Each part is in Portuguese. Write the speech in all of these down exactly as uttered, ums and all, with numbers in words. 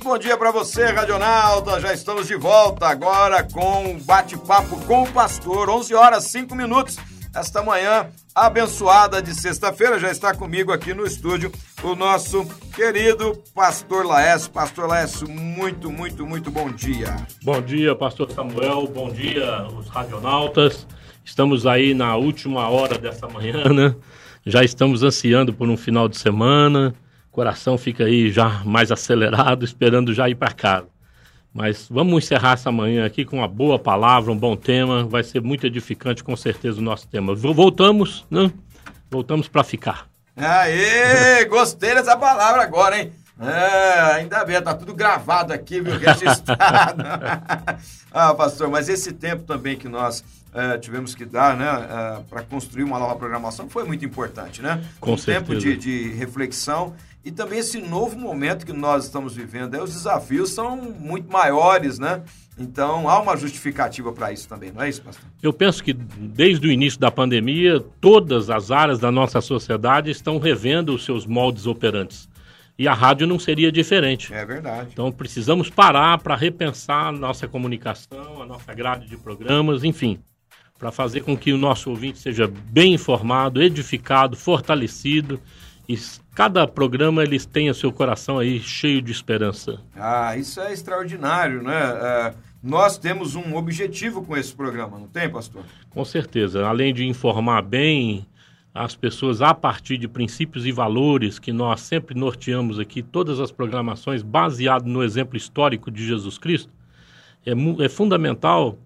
bom dia para você, Radionauta. Já estamos de volta agora com um bate-papo com o pastor. onze horas, cinco minutos. Esta manhã abençoada de sexta-feira, já está comigo aqui no estúdio o nosso querido pastor Laércio. Pastor Laércio, muito, muito, muito bom dia. Bom dia, pastor Samuel. Bom dia, os radionautas. Estamos aí na última hora dessa manhã, né? Já estamos ansiando por um final de semana. O coração fica aí já mais acelerado, esperando já ir para casa. Mas vamos encerrar essa manhã aqui com uma boa palavra, um bom tema. Vai ser muito edificante, com certeza, o nosso tema. Voltamos, né? Voltamos para ficar. Aê, gostei dessa palavra agora, hein? É, ainda bem, tá tudo gravado aqui, viu? Registrado. Ah, pastor, mas esse tempo também que nós é, tivemos que dar, né, é, para construir uma nova programação foi muito importante, né? Com um certeza. tempo de, de reflexão. E também esse novo momento que nós estamos vivendo, aí os desafios são muito maiores, né? Então, há uma justificativa para isso também, não é isso, pastor? Eu penso que desde o início da pandemia, todas as áreas da nossa sociedade estão revendo os seus moldes operantes. E a rádio não seria diferente. É verdade. Então, precisamos parar para repensar a nossa comunicação, a nossa grade de programas, enfim, para fazer com que o nosso ouvinte seja bem informado, edificado, fortalecido. E cada programa eles tenha seu coração aí cheio de esperança. Ah, isso é extraordinário, né? É, nós temos um objetivo com esse programa, não tem, pastor? Com certeza. Além de informar bem as pessoas a partir de princípios e valores que nós sempre norteamos aqui, todas as programações baseadas no exemplo histórico de Jesus Cristo, é, é fundamental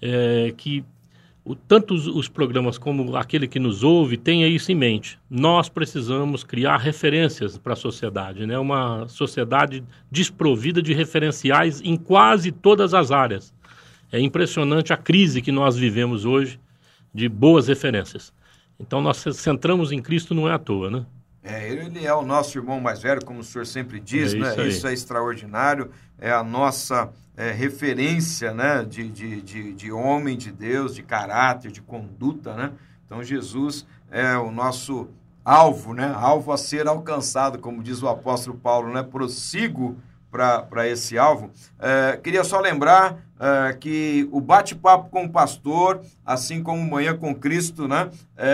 é, que O, tanto os, os programas como aquele que nos ouve tenha isso em mente. Nós precisamos criar referências para a sociedade, né? Uma sociedade desprovida de referenciais em quase todas as áreas. É impressionante a crise que nós vivemos hoje de boas referências. Então nós centramos em Cristo não é à toa, né? É, ele é o nosso irmão mais velho, como o senhor sempre diz, é né? Isso, isso é extraordinário, é a nossa é, referência, né? de, de, de, de homem de Deus, de caráter, de conduta, né? Então Jesus é o nosso alvo, né? Alvo a ser alcançado, como diz o apóstolo Paulo, né? Prossigo para esse alvo. É, queria só lembrar é, que o bate-papo com o pastor, assim como Manhã com Cristo, né,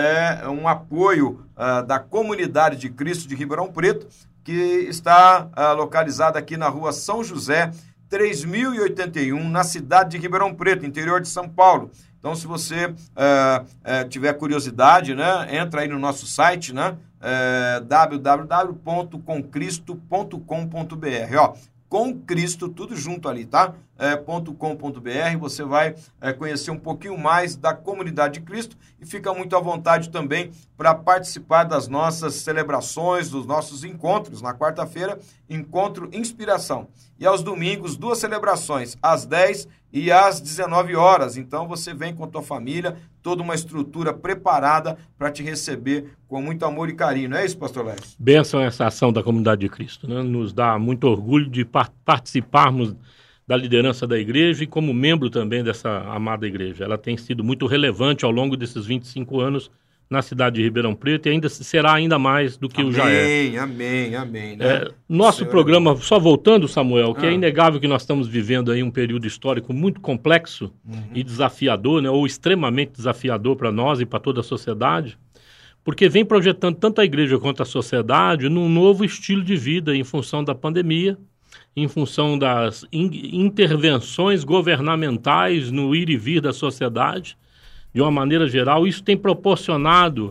é um apoio é, da comunidade de Cristo de Ribeirão Preto, que está é, localizada aqui na rua São José, três mil e oitenta e um, na cidade de Ribeirão Preto, interior de São Paulo. Então, se você é, é, tiver curiosidade, né, entra aí no nosso site, né, é, w w w ponto com cristo ponto com ponto b r, ó, com Cristo, tudo junto ali, tá? É, .com.br, você vai é, conhecer um pouquinho mais da comunidade de Cristo e fica muito à vontade também para participar das nossas celebrações, dos nossos encontros. Na quarta-feira, Encontro Inspiração. E aos domingos, duas celebrações, às dez e às dezenove horas. Então, você vem com a tua família, toda uma estrutura preparada para te receber com muito amor e carinho. Não é isso, pastor Lécio? Bênção essa ação da comunidade de Cristo, né? Nos dá muito orgulho de par- participarmos da liderança da igreja e como membro também dessa amada igreja. Ela tem sido muito relevante ao longo desses vinte e cinco anos na cidade de Ribeirão Preto e ainda será ainda mais do que amém, o já é. Amém, amém, amém. Né? É, nosso Senhor programa, é só voltando, Samuel, que ah. é inegável que nós estamos vivendo aí um período histórico muito complexo uhum. e desafiador, né, ou extremamente desafiador para nós e para toda a sociedade, porque vem projetando tanto a igreja quanto a sociedade num novo estilo de vida em função da pandemia, em função das in- intervenções governamentais no ir e vir da sociedade, de uma maneira geral. Isso tem proporcionado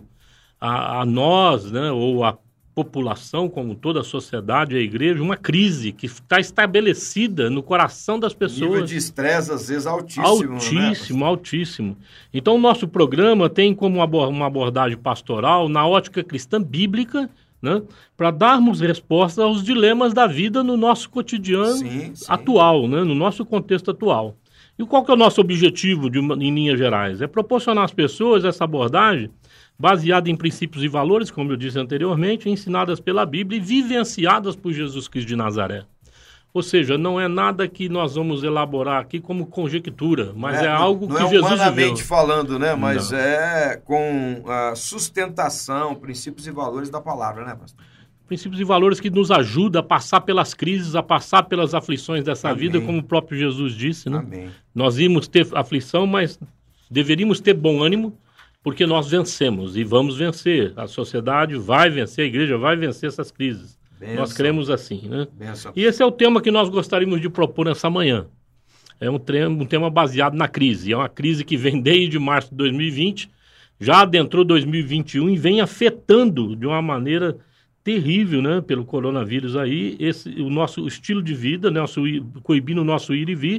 a, a nós, né, ou a população, como toda a sociedade, a igreja, uma crise que está estabelecida no coração das pessoas. Nível de estresse, às vezes, altíssimo. Altíssimo, né? altíssimo. Então, o nosso programa tem como uma abordagem pastoral na ótica cristã bíblica, né, para darmos resposta aos dilemas da vida no nosso cotidiano sim, sim. atual, né, no nosso contexto atual. E qual que é o nosso objetivo, de uma, em linhas gerais? É proporcionar às pessoas essa abordagem baseada em princípios e valores, como eu disse anteriormente, ensinadas pela Bíblia e vivenciadas por Jesus Cristo de Nazaré. Ou seja, não é nada que nós vamos elaborar aqui como conjectura, mas é, é algo não que é Jesus viveu. humanamente falando, né? Mas não. é com a sustentação, princípios e valores da palavra, né, pastor? Princípios e valores que nos ajudam a passar pelas crises, a passar pelas aflições dessa Amém. Vida, como o próprio Jesus disse, né? Amém. Nós íamos ter aflição, mas deveríamos ter bom ânimo, porque nós vencemos e vamos vencer. A sociedade vai vencer, a igreja vai vencer essas crises. Benção. Nós cremos assim, né? Benção. E esse é o tema que nós gostaríamos de propor nessa manhã. É um tema, um tema baseado na crise. É uma crise que vem desde março de dois mil e vinte, já adentrou dois mil e vinte e um e vem afetando de uma maneira terrível, né, pelo coronavírus aí, esse, o nosso estilo de vida, né, nosso, coibindo o nosso ir e vir,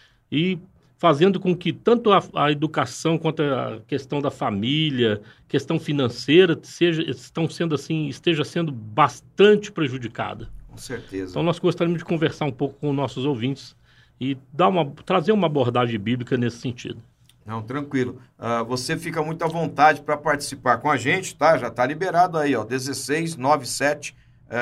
e fazendo com que tanto a, a educação quanto a questão da família, questão financeira, seja, estão sendo assim, esteja sendo bastante prejudicada. Com certeza. Então nós gostaríamos de conversar um pouco com os nossos ouvintes e dar uma, trazer uma abordagem bíblica nesse sentido. Não, tranquilo. Uh, você fica muito à vontade para participar com a gente, tá? Já está liberado aí, ó, dezesseis nove sete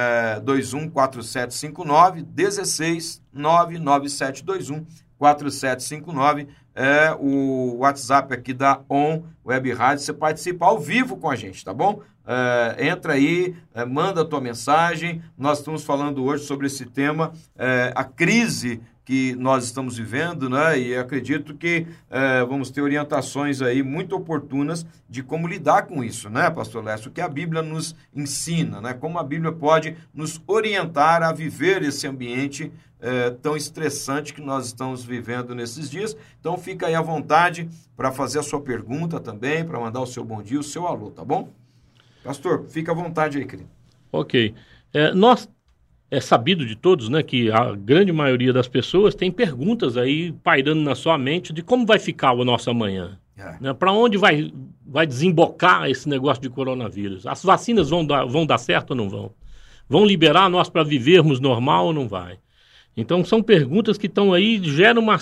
dois um quatro sete cinco nove, dezesseis nove nove sete dois um quatro sete cinco nove, é o WhatsApp aqui da On Web Rádio, você participa ao vivo com a gente, tá bom? Uh, entra aí, uh, manda a tua mensagem, nós estamos falando hoje sobre esse tema, uh, a crise que nós estamos vivendo, né? E acredito que uh, vamos ter orientações aí muito oportunas de como lidar com isso, né, pastor Lécio? O que a Bíblia nos ensina, né? Como a Bíblia pode nos orientar a viver esse ambiente uh, tão estressante que nós estamos vivendo nesses dias. Então fica aí à vontade para fazer a sua pergunta também, para mandar o seu bom dia, o seu alô, tá bom? Pastor, fica à vontade aí, querido. Ok. É, nós, é sabido de todos, né, que a grande maioria das pessoas tem perguntas aí pairando na sua mente de como vai ficar o nosso amanhã. É. Né, para onde vai, vai desembocar esse negócio de coronavírus? As vacinas vão dar, vão dar certo ou não vão? Vão liberar nós para vivermos normal ou não vai? Então são perguntas que estão aí, geram uma,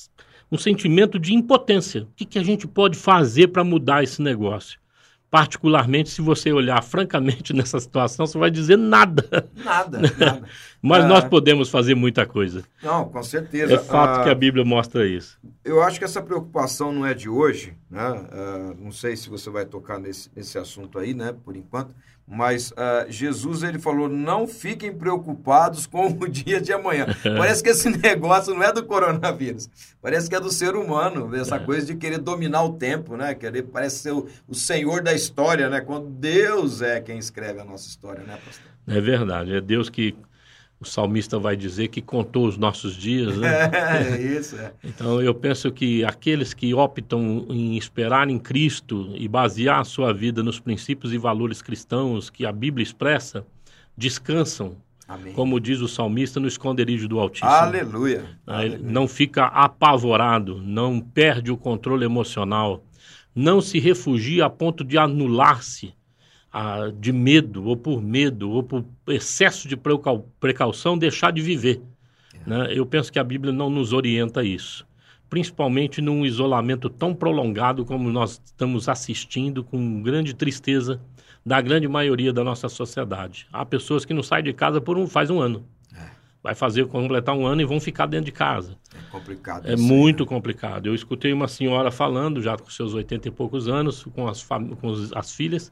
um sentimento de impotência. O que, que a gente pode fazer para mudar esse negócio? Particularmente, se você olhar francamente nessa situação, você vai dizer nada. Nada, nada. Mas é... nós podemos fazer muita coisa. Não, com certeza. É fato ah, que a Bíblia mostra isso. Eu acho que essa preocupação não é de hoje, né? Ah, não sei se você vai tocar nesse, nesse assunto aí, né? Por enquanto. Mas ah, Jesus, ele falou, não fiquem preocupados com o dia de amanhã. Parece que esse negócio não é do coronavírus. Parece que é do ser humano. Essa é. coisa de querer dominar o tempo, né? Querer, parece ser o, o senhor da história, né? Quando Deus é quem escreve a nossa história, né, pastor? É verdade. É Deus que... O salmista vai dizer que contou os nossos dias, né? É, isso, é. Então, eu penso que aqueles que optam em esperar em Cristo e basear a sua vida nos princípios e valores cristãos que a Bíblia expressa, descansam, Amém. Como diz o salmista, no esconderijo do Altíssimo. Aleluia. Aleluia. Não fica apavorado, não perde o controle emocional, não se refugia a ponto de anular-se, Ah, de medo, ou por medo, ou por excesso de precaução, deixar de viver. É. Né? Eu penso que a Bíblia não nos orienta a isso, principalmente num isolamento tão prolongado como nós estamos assistindo, com grande tristeza da grande maioria da nossa sociedade. Há pessoas que não saem de casa por um, faz um ano. É. Vai fazer, completar um ano e vão ficar dentro de casa. É complicado. É isso, muito né? complicado. Eu escutei uma senhora falando, já com seus oitenta e poucos anos, com as, fam- com as filhas,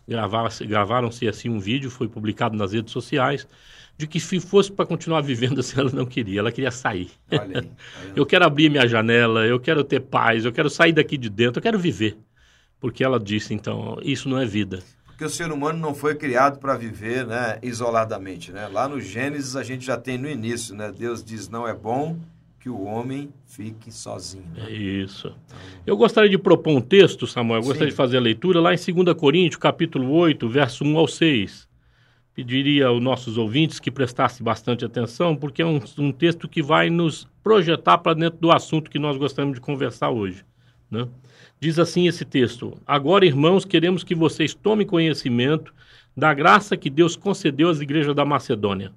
gravaram-se assim um vídeo, foi publicado nas redes sociais, de que se fosse para continuar vivendo assim, ela não queria, ela queria sair. Olha aí, olha. Eu quero abrir minha janela, eu quero ter paz, eu quero sair daqui de dentro, eu quero viver. Porque ela disse, então, isso não é vida. Porque o ser humano não foi criado para viver, né, isoladamente, né? Lá no Gênesis a gente já tem no início, né? Deus diz, não é bom que o homem fique sozinho. Né? É isso. Eu gostaria de propor um texto, Samuel, eu Sim. gostaria de fazer a leitura lá em segunda Coríntios, capítulo oito, verso um ao seis. Pediria aos nossos ouvintes que prestassem bastante atenção, porque é um, um texto que vai nos projetar para dentro do assunto que nós gostaríamos de conversar hoje. Né? Diz assim esse texto: agora, irmãos, queremos que vocês tomem conhecimento da graça que Deus concedeu às igrejas da Macedônia.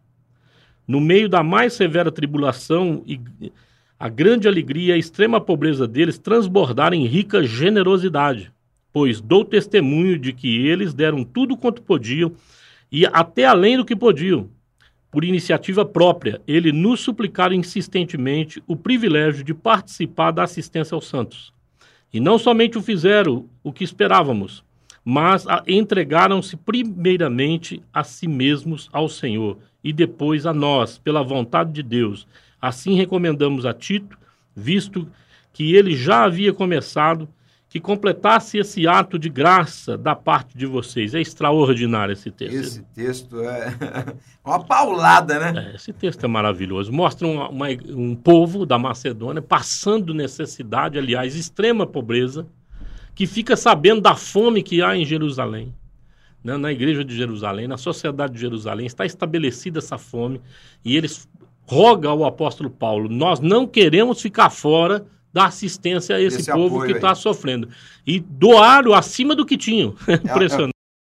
No meio da mais severa tribulação, e a grande alegria e a extrema pobreza deles transbordaram em rica generosidade, pois dou testemunho de que eles deram tudo quanto podiam e até além do que podiam. Por iniciativa própria, eles nos suplicaram insistentemente o privilégio de participar da assistência aos santos. E não somente o fizeram o que esperávamos, mas a, entregaram-se primeiramente a si mesmos ao Senhor e depois a nós, pela vontade de Deus. Assim recomendamos a Tito, visto que ele já havia começado, que completasse esse ato de graça da parte de vocês. É extraordinário esse texto. Esse texto é uma paulada, né? É, esse texto é maravilhoso. Mostra uma, uma, um povo da Macedônia passando necessidade, aliás, extrema pobreza, que fica sabendo da fome que há em Jerusalém, né? Na igreja de Jerusalém, na sociedade de Jerusalém, está estabelecida essa fome, e eles rogam ao apóstolo Paulo: nós não queremos ficar fora da assistência a esse, esse povo que está sofrendo. E doaram acima do que tinham. É, impressionante.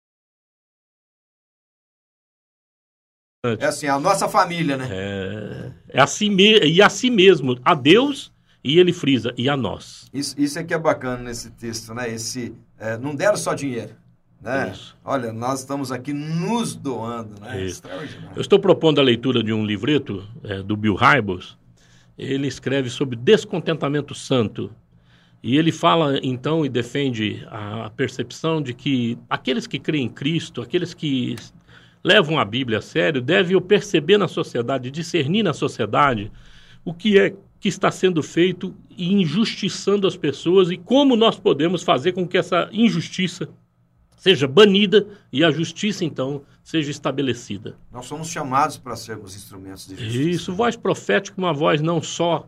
É, é assim, a nossa família, né? É, é assim me... E a si mesmo, a Deus, e ele frisa, e a nós. Isso, isso é que é bacana nesse texto, né? Esse, é, não deram só dinheiro, né? Isso. Olha, nós estamos aqui nos doando, né? Extraordinário. Eu estou propondo a leitura de um livreto é, do Bill Hybels. Ele escreve sobre descontentamento santo. E ele fala, então, e defende a percepção de que aqueles que creem em Cristo, aqueles que levam a Bíblia a sério, devem perceber na sociedade, discernir na sociedade o que é que está sendo feito e injustiçando as pessoas, e como nós podemos fazer com que essa injustiça seja banida e a justiça, então, seja estabelecida. Nós somos chamados para sermos instrumentos de justiça. Isso, voz profética, uma voz não só,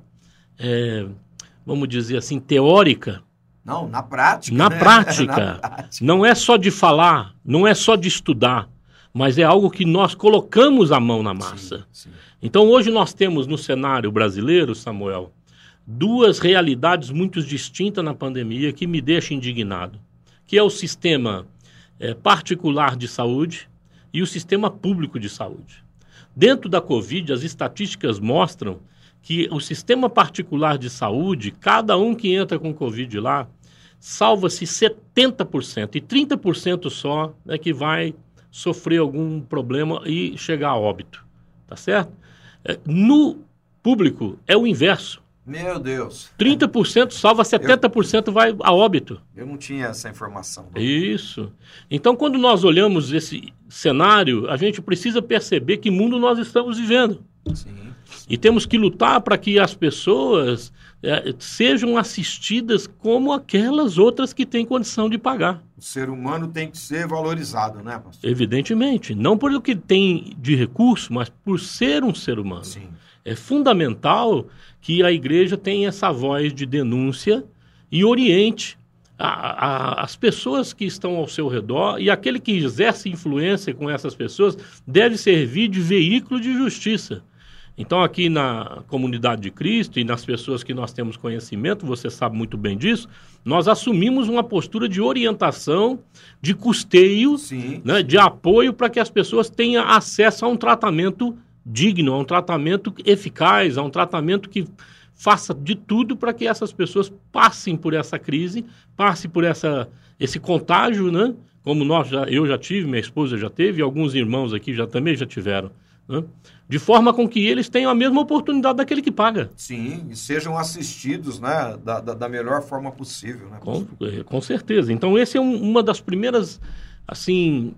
é, vamos dizer assim, teórica. Não, na prática. Na, né? prática. na prática. Não é só de falar, não é só de estudar, mas é algo que nós colocamos a mão na massa. Sim, sim. Então, hoje nós temos no cenário brasileiro, Samuel, duas realidades muito distintas na pandemia que me deixam indignado, que é o sistema É, particular de saúde e o sistema público de saúde. Dentro da Covid, as estatísticas mostram que o sistema particular de saúde, cada um que entra com Covid lá, salva-se setenta por cento, e trinta por cento só é que vai sofrer algum problema e chegar a óbito, tá certo? É, no público é o inverso. Meu Deus. trinta por cento salva, setenta por cento eu, vai a óbito. Eu não tinha essa informação. Não. Isso. Então, quando nós olhamos esse cenário, a gente precisa perceber que mundo nós estamos vivendo. Sim. E temos que lutar para que as pessoas é, sejam assistidas como aquelas outras que têm condição de pagar. O ser humano tem que ser valorizado, né, pastor? Evidentemente. Não por o que tem de recurso, mas por ser um ser humano. Sim. É fundamental que a igreja tenha essa voz de denúncia e oriente a, a, as pessoas que estão ao seu redor, e aquele que exerce influência com essas pessoas deve servir de veículo de justiça. Então, aqui na comunidade de Cristo e nas pessoas que nós temos conhecimento, você sabe muito bem disso, nós assumimos uma postura de orientação, de custeio, sim, né, sim. de apoio para que as pessoas tenham acesso a um tratamento digno, a um tratamento eficaz, a um tratamento que faça de tudo para que essas pessoas passem por essa crise, passem por essa, esse contágio, né? Como nós já, eu já tive, minha esposa já teve, e alguns irmãos aqui já também já tiveram, né? De forma com que eles tenham a mesma oportunidade daquele que paga. Sim, e sejam assistidos, né, da, da, da melhor forma possível. Né? Com, com certeza. Então, esse é um, uma das primeiras, assim,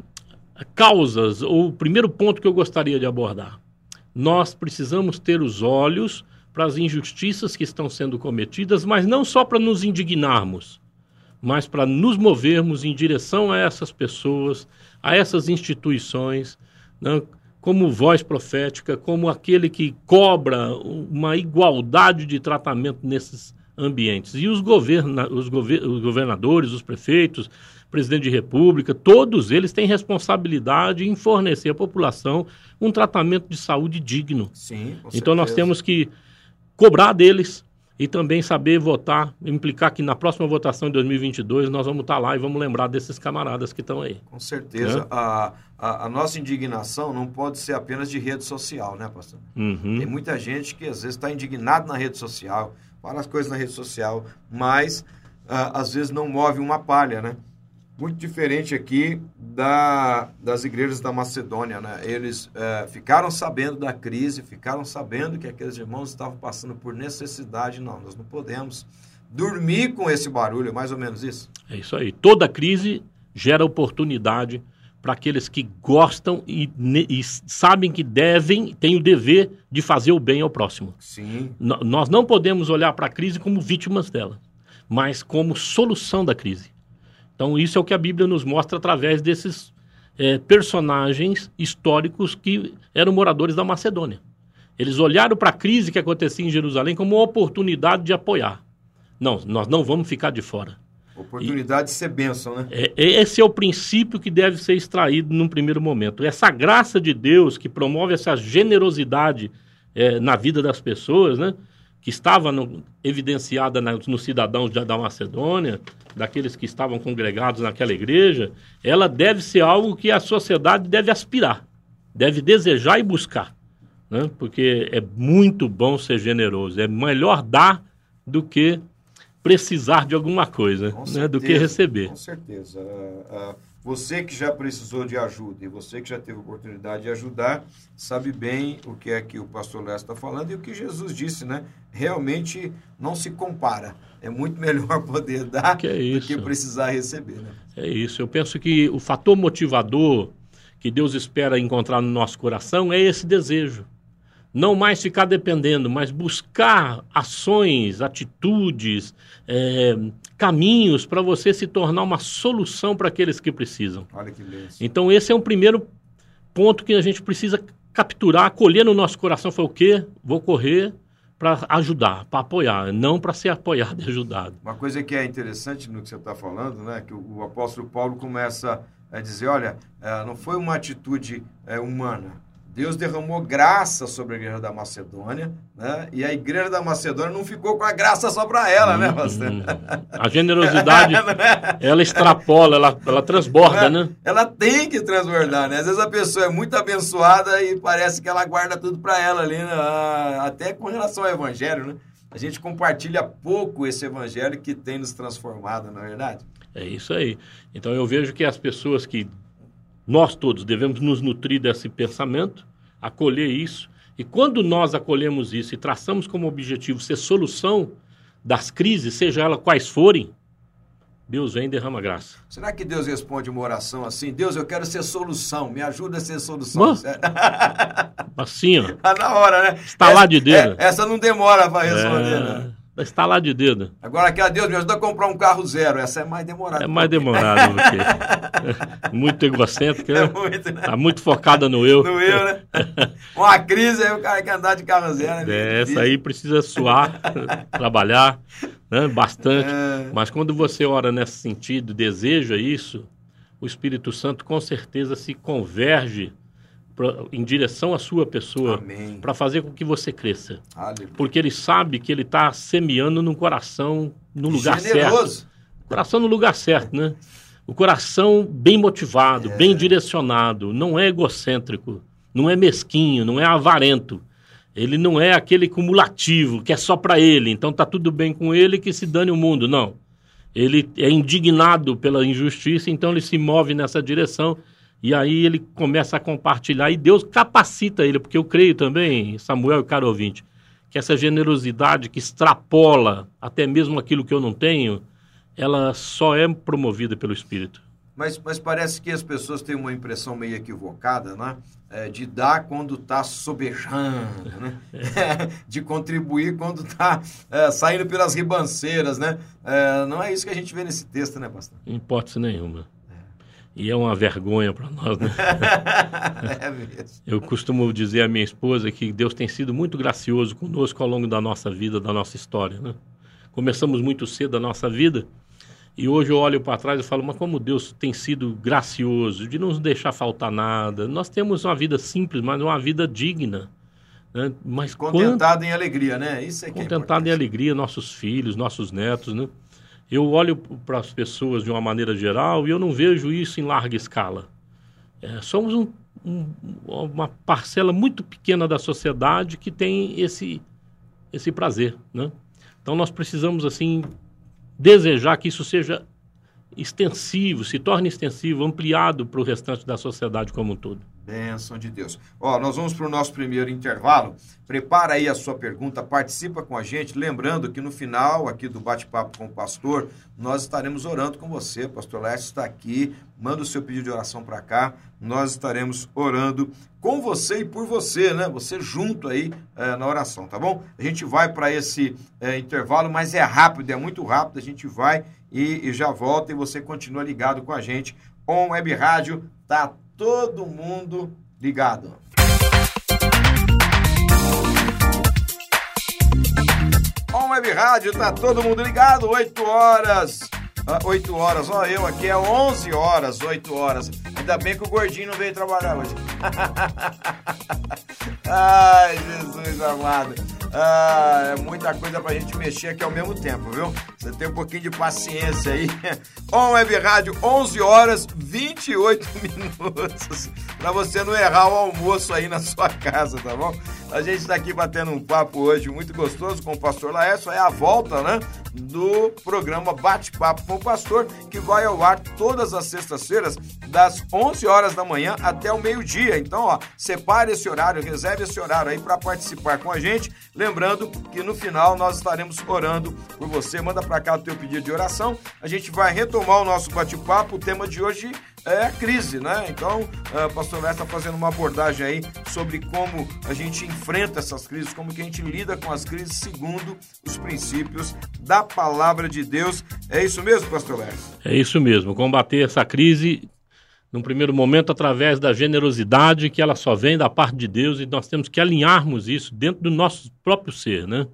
causas, ou o primeiro ponto que eu gostaria de abordar. Nós precisamos ter os olhos para as injustiças que estão sendo cometidas, mas não só para nos indignarmos, mas para nos movermos em direção a essas pessoas, a essas instituições, né, como voz profética, como aquele que cobra uma igualdade de tratamento nesses ambientes. E os, governa, os, gover, os governadores, os prefeitos, presidente de república, todos eles têm responsabilidade em fornecer à população um tratamento de saúde digno. Sim, com então certeza. Nós temos que cobrar deles e também saber votar, implicar que na próxima votação de dois mil e vinte e dois nós vamos estar lá e vamos lembrar desses camaradas que estão aí. Com certeza. É? A, a, a nossa indignação não pode ser apenas de rede social, né, pastor? Uhum. Tem muita gente que às vezes está indignado na rede social, fala as coisas na rede social, mas uh, às vezes não move uma palha, né? Muito diferente aqui da, das igrejas da Macedônia, né? Eles é, ficaram sabendo da crise, ficaram sabendo que aqueles irmãos estavam passando por necessidade. Não, nós não podemos dormir com esse barulho, é mais ou menos isso. É isso aí. Toda crise gera oportunidade para aqueles que gostam e, e sabem que devem, têm o dever de fazer o bem ao próximo. Sim. N- nós não podemos olhar para a crise como vítimas dela, mas como solução da crise. Então isso é o que a Bíblia nos mostra através desses é, personagens históricos que eram moradores da Macedônia. Eles olharam para a crise que acontecia em Jerusalém como uma oportunidade de apoiar. Não, nós não vamos ficar de fora. Oportunidade e, de ser bênção, né? É, esse é o princípio que deve ser extraído num primeiro momento. Essa graça de Deus que promove essa generosidade é, na vida das pessoas, né? Que estava no, evidenciada na, nos cidadãos da, da Macedônia, daqueles que estavam congregados naquela igreja, ela deve ser algo que a sociedade deve aspirar, deve desejar e buscar. Né? Porque é muito bom ser generoso, é melhor dar do que precisar de alguma coisa, né, certeza, do que receber. Com certeza. Uh, uh, você que já precisou de ajuda e você que já teve oportunidade de ajudar, sabe bem o que é que o pastor Léo está falando e o que Jesus disse, né? Realmente não se compara. É muito melhor poder dar que é isso? do que precisar receber, né? É isso. Eu penso que o fator motivador que Deus espera encontrar no nosso coração é esse desejo. Não mais ficar dependendo, mas buscar ações, atitudes, é, caminhos para você se tornar uma solução para aqueles que precisam. Olha que beleza. Então esse é um primeiro ponto que a gente precisa capturar, acolher no nosso coração. Foi o quê? Vou correr para ajudar, para apoiar, não para ser apoiado e ajudado. Uma coisa que é interessante no que você está falando, né, que o, o apóstolo Paulo começa a dizer, olha, é, não foi uma atitude é, humana. Deus derramou graça sobre a igreja da Macedônia, né? E a igreja da Macedônia não ficou com a graça só para ela, hum, né, pastor? Hum. A generosidade, ela extrapola, ela, ela transborda, né? Ela tem que transbordar, né? Às vezes a pessoa é muito abençoada e parece que ela guarda tudo para ela ali, né? Até com relação ao evangelho, né? A gente compartilha pouco esse evangelho que tem nos transformado, não é verdade? É isso aí. Então eu vejo que as pessoas que nós todos devemos nos nutrir desse pensamento, acolher isso, e quando nós acolhemos isso e traçamos como objetivo ser solução das crises, seja elas quais forem, Deus vem e derrama graça. Será que Deus responde uma oração assim? Deus, eu quero ser solução, me ajuda a ser solução. Assim, ó. Na hora, né? Está lá de dedo. É, essa não demora para responder, é... né? Está lá de dedo. Agora aqui, a Deus, me ajuda a comprar um carro zero. Essa é mais demorada. É mais demorada, porque muito egocêntrica, né? É muito, né? Está muito focada no eu. No eu, né? Uma crise, aí o cara quer andar de carro zero. É, essa aí precisa suar, trabalhar, né? Bastante. É... Mas quando você ora nesse sentido, deseja isso, o Espírito Santo com certeza se converge Pra, em direção à sua pessoa, para fazer com que você cresça. Aleluia. Porque ele sabe que ele está semeando no coração, no lugar generoso. certo. Coração no lugar certo, né? O coração bem motivado, é. bem direcionado, não é egocêntrico, não é mesquinho, não é avarento. Ele não é aquele cumulativo, que é só para ele, então tá tudo bem com ele, que se dane o mundo. Não. Ele é indignado pela injustiça, então ele se move nessa direção. E aí ele começa a compartilhar e Deus capacita ele, porque eu creio também, Samuel e caro ouvinte, que essa generosidade que extrapola até mesmo aquilo que eu não tenho, ela só é promovida pelo Espírito. Mas, mas parece que as pessoas têm uma impressão meio equivocada, né? É, de dar quando está sobejando, né? É. De contribuir quando está é, saindo pelas ribanceiras, né? É, não é isso que a gente vê nesse texto, né, pastor? Em hipótese nenhuma. E é uma vergonha para nós, né? É mesmo. Eu costumo dizer à minha esposa que Deus tem sido muito gracioso conosco ao longo da nossa vida, da nossa história, né? Começamos muito cedo a nossa vida e hoje eu olho para trás e falo, mas como Deus tem sido gracioso, de não nos deixar faltar nada. Nós temos uma vida simples, mas uma vida digna. Né? Mas contentado quanto... em alegria, né? Isso é que contentado é em alegria, nossos filhos, nossos netos, né? Eu olho para as pessoas de uma maneira geral e eu não vejo isso em larga escala. É, somos um, um, uma parcela muito pequena da sociedade que tem esse, esse prazer, né? Então nós precisamos, assim, desejar que isso seja extensivo, se torne extensivo, ampliado para o restante da sociedade como um todo. Bênção de Deus. Ó, nós vamos para o nosso primeiro intervalo. Prepara aí a sua pergunta, participa com a gente. Lembrando que no final aqui do bate-papo com o pastor, nós estaremos orando com você. O pastor Laércio está aqui, manda o seu pedido de oração para cá. Nós estaremos orando com você e por você, né? Você junto aí é, na oração, tá bom? A gente vai para esse é, intervalo, mas é rápido, é muito rápido. A gente vai e, e já volta e você continua ligado com a gente. On Web Rádio, tá todo mundo ligado. On Web Rádio, tá todo mundo ligado, oito horas, oito horas, ó, eu aqui é onze horas, oito horas, ainda bem que o gordinho não veio trabalhar hoje. Ai, Jesus amado, ah, é muita coisa pra gente mexer aqui ao mesmo tempo, viu? Você tem um pouquinho de paciência aí. On Web Rádio, onze horas, vinte e oito minutos, pra você não errar o almoço aí na sua casa, tá bom? A gente está aqui batendo um papo hoje muito gostoso com o pastor Laércio, é a volta, né, do programa Bate-Papo com o Pastor, que vai ao ar todas as sextas-feiras, das onze horas da manhã até o meio-dia. Então, ó, separe esse horário, reserve esse horário aí para participar com a gente. Lembrando que no final nós estaremos orando por você. Manda para cá o teu pedido de oração. A gente vai retomar o nosso bate-papo. O tema de hoje é a crise, né? Então, o pastor Laércio está fazendo uma abordagem aí sobre como a gente enfrenta essas crises, como que a gente lida com as crises segundo os princípios da palavra de Deus. É isso mesmo, pastor Laércio? É isso mesmo. Combater essa crise, num primeiro momento, através da generosidade, que ela só vem da parte de Deus, e nós temos que alinharmos isso dentro do nosso próprio ser, né?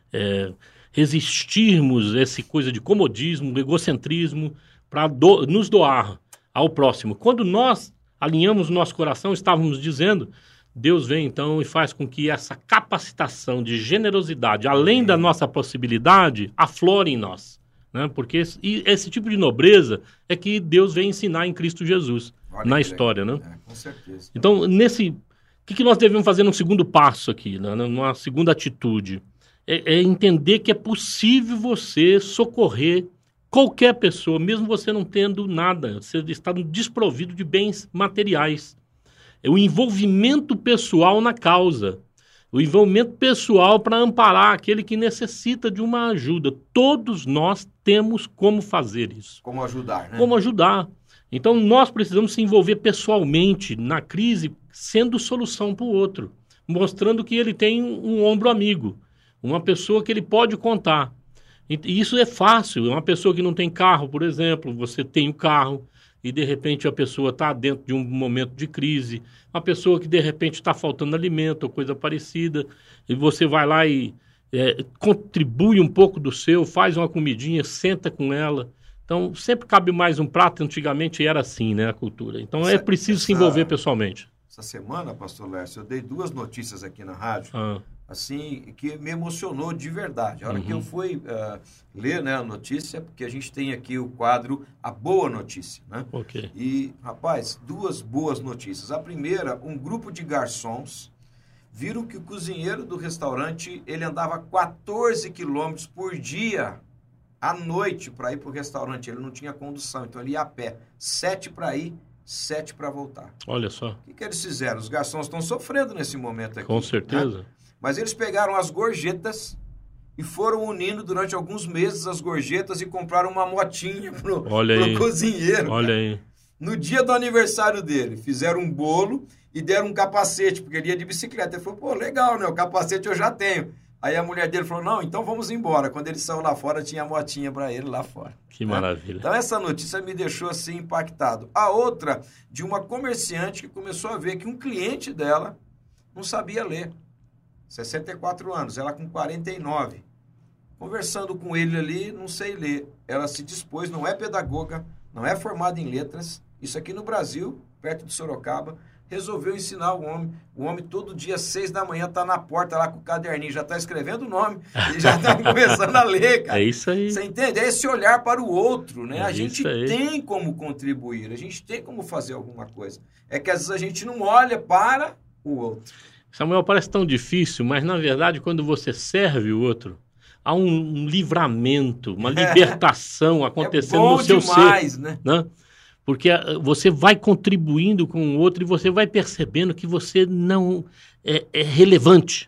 É, resistirmos a essa coisa de comodismo, egocentrismo, para do, nos doar ao próximo. Quando nós alinhamos o nosso coração, estávamos dizendo, Deus vem então e faz com que essa capacitação de generosidade, além da nossa possibilidade, aflore em nós, né? Porque esse, esse tipo de nobreza é que Deus vem ensinar em Cristo Jesus, Olha na história, né? É, com certeza. Então, nesse, o que, que nós devemos fazer num segundo passo aqui, né? Numa segunda atitude? É, é entender que é possível você socorrer qualquer pessoa, mesmo você não tendo nada, você está desprovido de bens materiais. É o envolvimento pessoal na causa, o envolvimento pessoal para amparar aquele que necessita de uma ajuda. Todos nós temos como fazer isso. Como ajudar, né? Como ajudar. Então, nós precisamos se envolver pessoalmente na crise, sendo solução para o outro, mostrando que ele tem um ombro amigo, uma pessoa que ele pode contar. E isso é fácil. Uma pessoa que não tem carro, por exemplo, você tem o carro e de repente a pessoa está dentro de um momento de crise, uma pessoa que de repente está faltando alimento ou coisa parecida, e você vai lá e é, contribui um pouco do seu, faz uma comidinha, senta com ela. Então, sempre cabe mais um prato. Antigamente era assim, né, a cultura. Então, essa, é preciso essa, se envolver pessoalmente. Essa semana, pastor Laércio, eu dei duas notícias aqui na rádio, ah. assim, que me emocionou de verdade. A hora uhum. que eu fui uh, ler, né, a notícia, porque a gente tem aqui o quadro A Boa Notícia, né? Okay. E, rapaz, duas boas notícias. A primeira, um grupo de garçons viram que o cozinheiro do restaurante, ele andava quatorze quilômetros por dia à noite para ir para o restaurante. Ele não tinha condução, então ele ia a pé. Sete para ir, sete para voltar. Olha só. O que, que eles fizeram? Os garçons estão sofrendo nesse momento aqui. Com certeza. Né? Mas eles pegaram as gorjetas e foram unindo durante alguns meses as gorjetas e compraram uma motinha pro, pro cozinheiro. Olha aí. No dia do aniversário dele, fizeram um bolo e deram um capacete, porque ele ia de bicicleta. Ele falou, pô, legal, né? O capacete eu já tenho. Aí a mulher dele falou, não, então vamos embora. Quando ele saiu lá fora, tinha a motinha para ele lá fora. Que né? Maravilha. Então essa notícia me deixou assim impactado. A outra, de uma comerciante que começou a ver que um cliente dela não sabia ler. sessenta e quatro anos, ela com quarenta e nove. Conversando com ele ali, não sei ler. Ela se dispôs, não é pedagoga, não é formada em letras. Isso aqui no Brasil, perto de Sorocaba, resolveu ensinar o homem. O homem todo dia, seis da manhã, está na porta lá com o caderninho, já está escrevendo o nome e já está começando a ler, cara. É isso aí. Você entende? É esse olhar para o outro, né? É a gente aí. tem como contribuir, a gente tem como fazer alguma coisa. É que às vezes a gente não olha para o outro. Samuel, parece tão difícil, mas na verdade quando você serve o outro, há um, um livramento, uma libertação acontecendo é bom no seu demais, ser. Né? Né? Porque você vai contribuindo com o outro e você vai percebendo que você não é, é relevante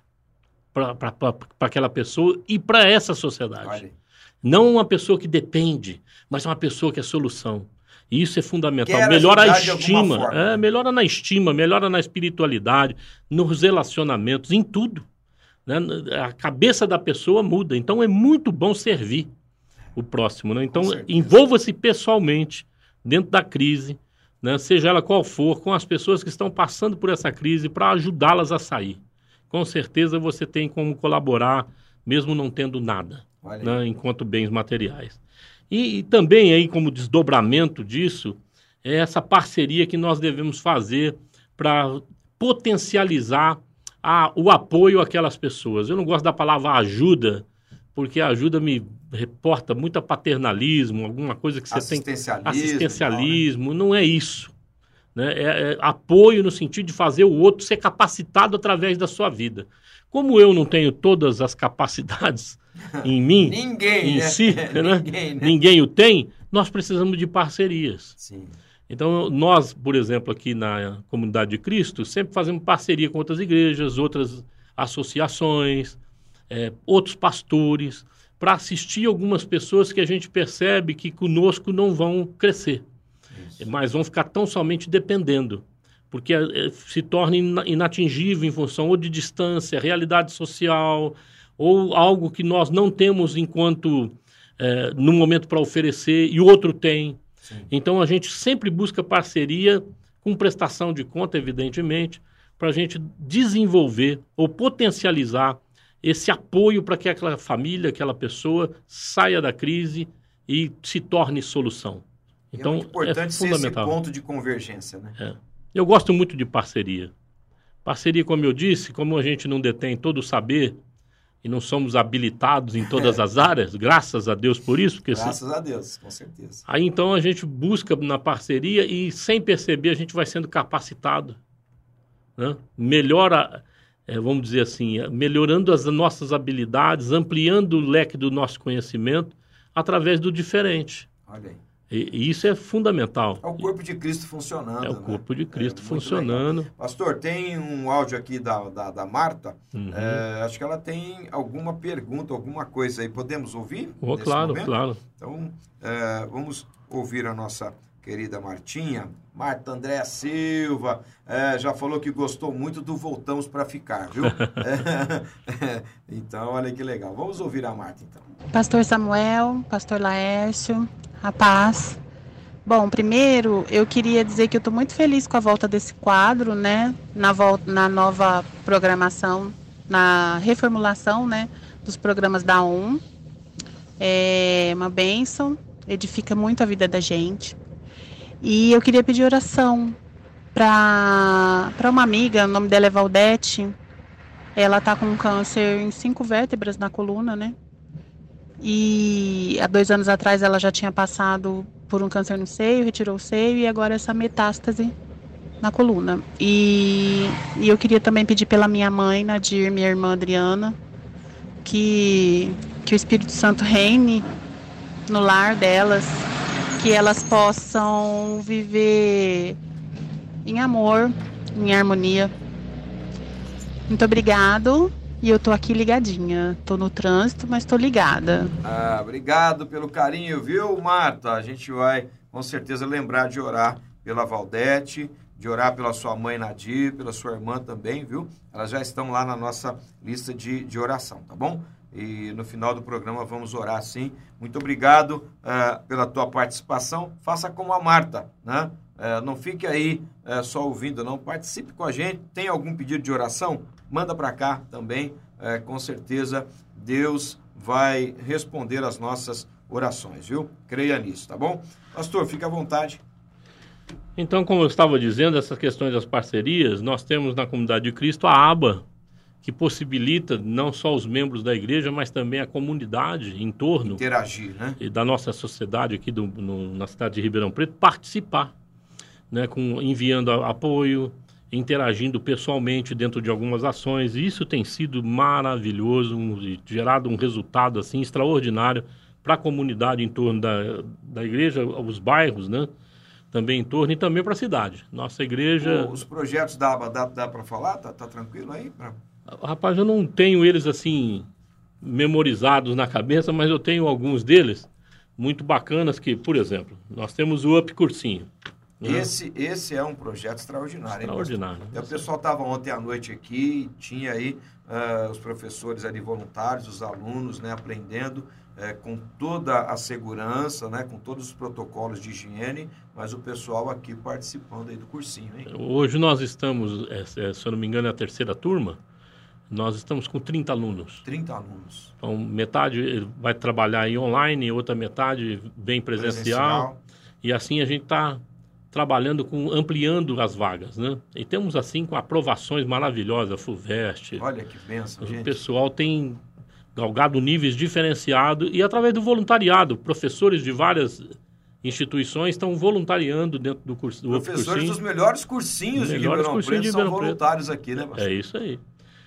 para aquela pessoa e para essa sociedade. Olha. Não uma pessoa que depende, mas uma pessoa que é solução. E isso é fundamental. Quer melhora a estima, é, melhora na estima, melhora na espiritualidade, nos relacionamentos, em tudo. Né? A cabeça da pessoa muda. Então é muito bom servir o próximo. Né? Então envolva-se pessoalmente dentro da crise, né? Seja ela qual for, com as pessoas que estão passando por essa crise para ajudá-las a sair. Com certeza você tem como colaborar, mesmo não tendo nada, né? Enquanto bens materiais. E, e também aí como desdobramento disso, é essa parceria que nós devemos fazer para potencializar a, o apoio àquelas pessoas. Eu não gosto da palavra ajuda, porque a ajuda me reporta muito a paternalismo, alguma coisa que você assistencialismo, tem... Assistencialismo. Não, né? Não é isso. Né? É, é apoio no sentido de fazer o outro ser capacitado através da sua vida. Como eu não tenho todas as capacidades em mim, ninguém, em né? si, né? ninguém, né? ninguém o tem, nós precisamos de parcerias. Sim. Então, nós, por exemplo, aqui na Comunidade de Cristo, sempre fazemos parceria com outras igrejas, outras associações, é, outros pastores, para assistir algumas pessoas que a gente percebe que conosco não vão crescer, Isso. mas vão ficar tão somente dependendo, porque é, se torna inatingível em função ou de distância, realidade social, ou algo que nós não temos enquanto é, no momento para oferecer e o outro tem. Sim. Então a gente sempre busca parceria com prestação de conta, evidentemente, para a gente desenvolver ou potencializar esse apoio para que aquela família, aquela pessoa saia da crise e se torne solução. Então, é muito importante é ser fundamental. Esse ponto de convergência, né? É. Eu gosto muito de parceria. Parceria, como eu disse, como a gente não detém todo o saber e não somos habilitados em todas as áreas, graças a Deus por isso. Porque graças se... a Deus, com certeza. Aí então a gente busca na parceria e sem perceber a gente vai sendo capacitado. Né? Melhora, é, vamos dizer assim, melhorando as nossas habilidades, ampliando o leque do nosso conhecimento através do diferente. Olha aí. E, e isso é fundamental. É o corpo de Cristo funcionando. É o corpo né? de Cristo é funcionando. Legal. Pastor, tem um áudio aqui da, da, da Marta. Uhum. É, acho que ela tem alguma pergunta, alguma coisa aí. Podemos ouvir? Oh, claro, momento? claro. Então, é, vamos ouvir a nossa querida Martinha. Marta Andréa Silva, é, já falou que gostou muito do Voltamos para Ficar, viu? é, então, olha que legal. Vamos ouvir a Marta, então. Pastor Samuel, Pastor Laércio, a paz. Bom, primeiro eu queria dizer que eu estou muito feliz com a volta desse quadro, né? Na, volta, na nova programação, na reformulação, né? Dos programas da O N. É uma bênção, edifica muito a vida da gente. E eu queria pedir oração para para uma amiga, o nome dela é Valdete. Ela está com um câncer em cinco vértebras na coluna, né? E há dois anos atrás ela já tinha passado por um câncer no seio, retirou o seio e agora essa metástase na coluna. E, e eu queria também pedir pela minha mãe, Nadir, minha irmã Adriana, que, que o Espírito Santo reine no lar delas, que elas possam viver em amor, em harmonia. Muito obrigado. E eu tô aqui ligadinha. Tô no trânsito, mas tô ligada. Ah, obrigado pelo carinho, viu, Marta? A gente vai, com certeza, lembrar de orar pela Valdete, de orar pela sua mãe Nadir, pela sua irmã também, viu? Elas já estão lá na nossa lista de, de oração, tá bom? E no final do programa vamos orar sim. Muito obrigado uh, pela tua participação. Faça como a Marta, né? Uh, não fique aí uh, só ouvindo, não. Participe com a gente. Tem algum pedido de oração? Manda para cá também. Uh, com certeza Deus vai responder as nossas orações, viu? Creia nisso, tá bom? Pastor, fica à vontade. Então, como eu estava dizendo, essas questões das parcerias, nós temos na Comunidade de Cristo a aba, que possibilita não só os membros da igreja, mas também a comunidade em torno interagir, né? E da nossa sociedade aqui do, no, na cidade de Ribeirão Preto participar, né? Com, enviando apoio, interagindo pessoalmente dentro de algumas ações. E isso tem sido maravilhoso, um, gerado um resultado assim extraordinário para a comunidade em torno da, da igreja, os bairros, né? Também em torno e também para a cidade. Nossa igreja... Os projetos dá, dá, dá para falar? Tá, tá tranquilo aí? Pra... Rapaz, eu não tenho eles assim memorizados na cabeça, mas eu tenho alguns deles muito bacanas que, por exemplo, nós temos o Up Cursinho. Né? Esse, esse é um projeto extraordinário. Extraordinário. Hein, o pessoal estava ontem à noite aqui, tinha aí uh, os professores ali voluntários, os alunos, né, aprendendo uh, com toda a segurança, né, com todos os protocolos de higiene, mas o pessoal aqui participando aí do cursinho. Hein? Hoje nós estamos, é, é, se eu não me engano, é a terceira turma, nós estamos com trinta alunos. trinta alunos. Então, metade vai trabalhar aí online, outra metade vem presencial, presencial. E assim a gente está trabalhando com, ampliando as vagas, né? E temos assim com aprovações maravilhosas, FUVEST. Olha que bênção, gente. O pessoal tem galgado níveis diferenciados e através do voluntariado, professores de várias instituições estão voluntariando dentro do curso. Do professores cursinho. dos melhores cursinhos melhores de Ribeirão cursinhos Preto de são Ribeirão voluntários Preto. aqui, né, pastor? É isso aí.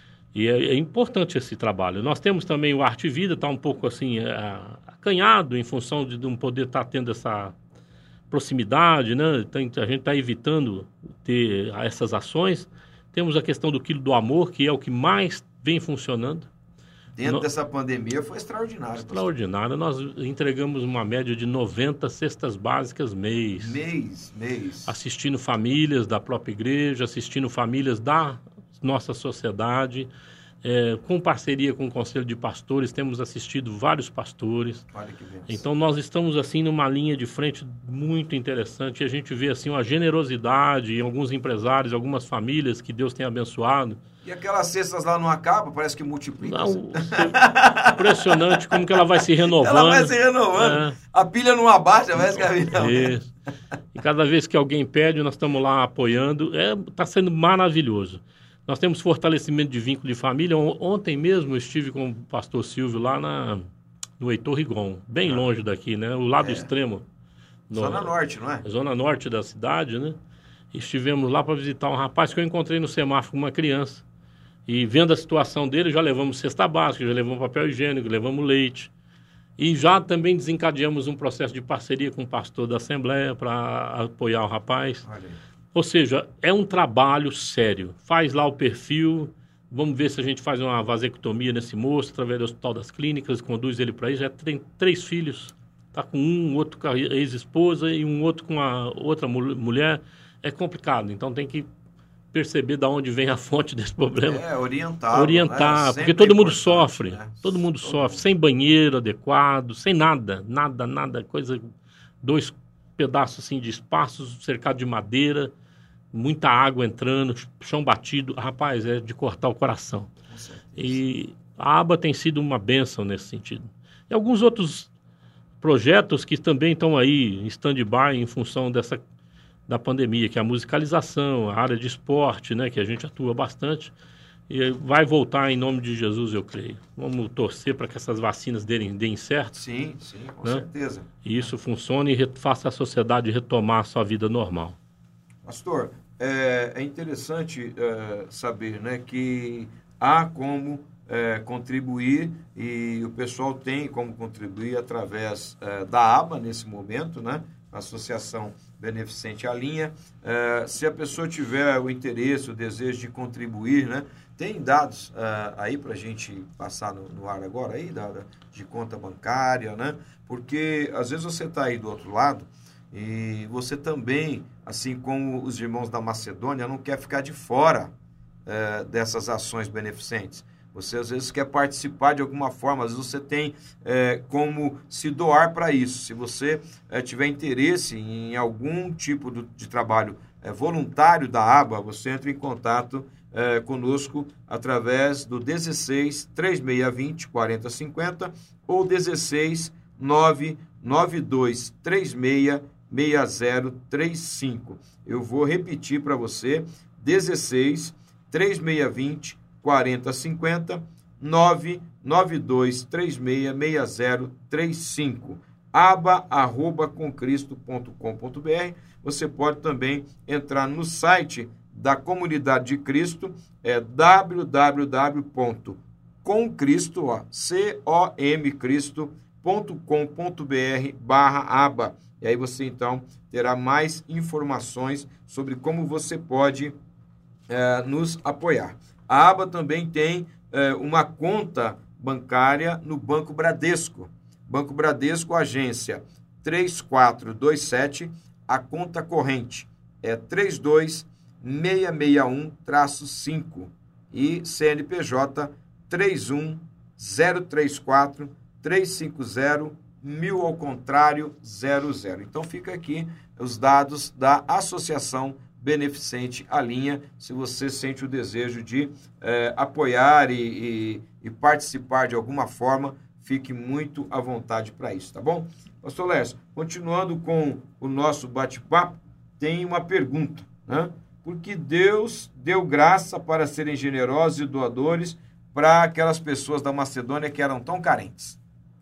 E é, é importante esse trabalho. Nós temos também o Arte e Vida, está um pouco assim, é, acanhado em função de não poder estar tá tendo essa proximidade, né? Tem, a gente está evitando ter essas ações. Temos a questão do quilo do amor, que é o que mais vem funcionando. Dentro no... dessa pandemia foi extraordinário. Extraordinário. Nós entregamos uma média de noventa cestas básicas mês. Mês, mês. Assistindo famílias da própria igreja, assistindo famílias da nossa sociedade. É, com parceria com o Conselho de Pastores, temos assistido vários pastores. Olha que bênção. Então, nós estamos, assim, numa linha de frente muito interessante. E a gente vê, assim, uma generosidade em alguns empresários, algumas famílias que Deus tem abençoado. E aquelas cestas lá não acabam? Parece que multiplica. Não, impressionante como que ela vai se renovando. Ela vai se renovando. É. A pilha não abaixa, vai escrever. Isso. E cada vez que alguém pede, nós estamos lá apoiando. Está é, sendo maravilhoso. Nós temos fortalecimento de vínculo de família. Ontem mesmo eu estive com o pastor Silvio lá na, no Heitor Rigon, bem ah. longe daqui, né? O lado é. extremo. No, Zona Norte, não é? Zona Norte da cidade, né? Estivemos lá para visitar um rapaz que eu encontrei no semáforo com uma criança. E vendo a situação dele, já levamos cesta básica, já levamos papel higiênico, levamos leite. E já também desencadeamos um processo de parceria com o pastor da Assembleia para apoiar o rapaz. Olha aí. Ou seja, é um trabalho sério. Faz lá o perfil, vamos ver se a gente faz uma vasectomia nesse moço, através do Hospital das Clínicas, conduz ele para aí. Já tem três filhos, está com um, outro com a ex-esposa e um outro com a outra mulher. É complicado, então tem que perceber de onde vem a fonte desse problema. É, orientar. Orientar, né? Porque todo mundo sofre, né? todo mundo todo sofre, mundo. Sem banheiro adequado, sem nada, nada, nada, coisa, dois pedaços assim de espaços cercados de madeira, muita água entrando, chão batido, rapaz, é de cortar o coração. E a aba tem sido uma bênção nesse sentido. E alguns outros projetos que também estão aí em stand-by em função dessa, da pandemia, que é a musicalização, a área de esporte, né, que a gente atua bastante, e vai voltar em nome de Jesus, eu creio. Vamos torcer para que essas vacinas deem, deem certo. Sim, sim, com né? certeza. E isso funcione e faça a sociedade retomar a sua vida normal. Pastor, é, é interessante é, saber, né, que há como é, contribuir e o pessoal tem como contribuir através é, da aba nesse momento, né? Associação Beneficente Alinha. É, se a pessoa tiver o interesse, o desejo de contribuir, né? Tem dados uh, aí para a gente passar no, no ar agora, aí, da, de conta bancária, né? Porque às vezes você está aí do outro lado e você também, assim como os irmãos da Macedônia, não quer ficar de fora uh, dessas ações beneficentes. Você às vezes quer participar de alguma forma, às vezes você tem é, como se doar para isso. Se você é, tiver interesse em algum tipo do, de trabalho é, voluntário da aba, você entra em contato é, conosco através do dezesseis, três seis dois zero, quatro zero cinco zero ou dezesseis, nove nove dois três seis, seis zero três cinco. Eu vou repetir para você, dezesseis, três seis dois zero, quatro zero cinco zero, nove nove dois três seis, seis zero três cinco, aba arroba com cristo ponto com ponto br. Você pode também entrar no site da Comunidade de Cristo é w w w ponto com cristo ponto com ponto b r barra aba. E aí você, então, terá mais informações sobre como você pode é, nos apoiar. A aba também tem é, uma conta bancária no Banco Bradesco. Banco Bradesco, agência três quatro dois sete, a conta corrente é três dois seis seis um cinco e C N P J três um zero três quatro três cinco zero mil ao contrário zero zero. Então fica aqui os dados da Associação Beneficente A Linha, se você sente o desejo de eh, apoiar e, e, e participar de alguma forma, fique muito à vontade para isso, tá bom? Pastor Lércio, continuando com o nosso bate-papo, tem uma pergunta, né? Porque Deus deu graça para serem generosos e doadores para aquelas pessoas da Macedônia que eram tão carentes.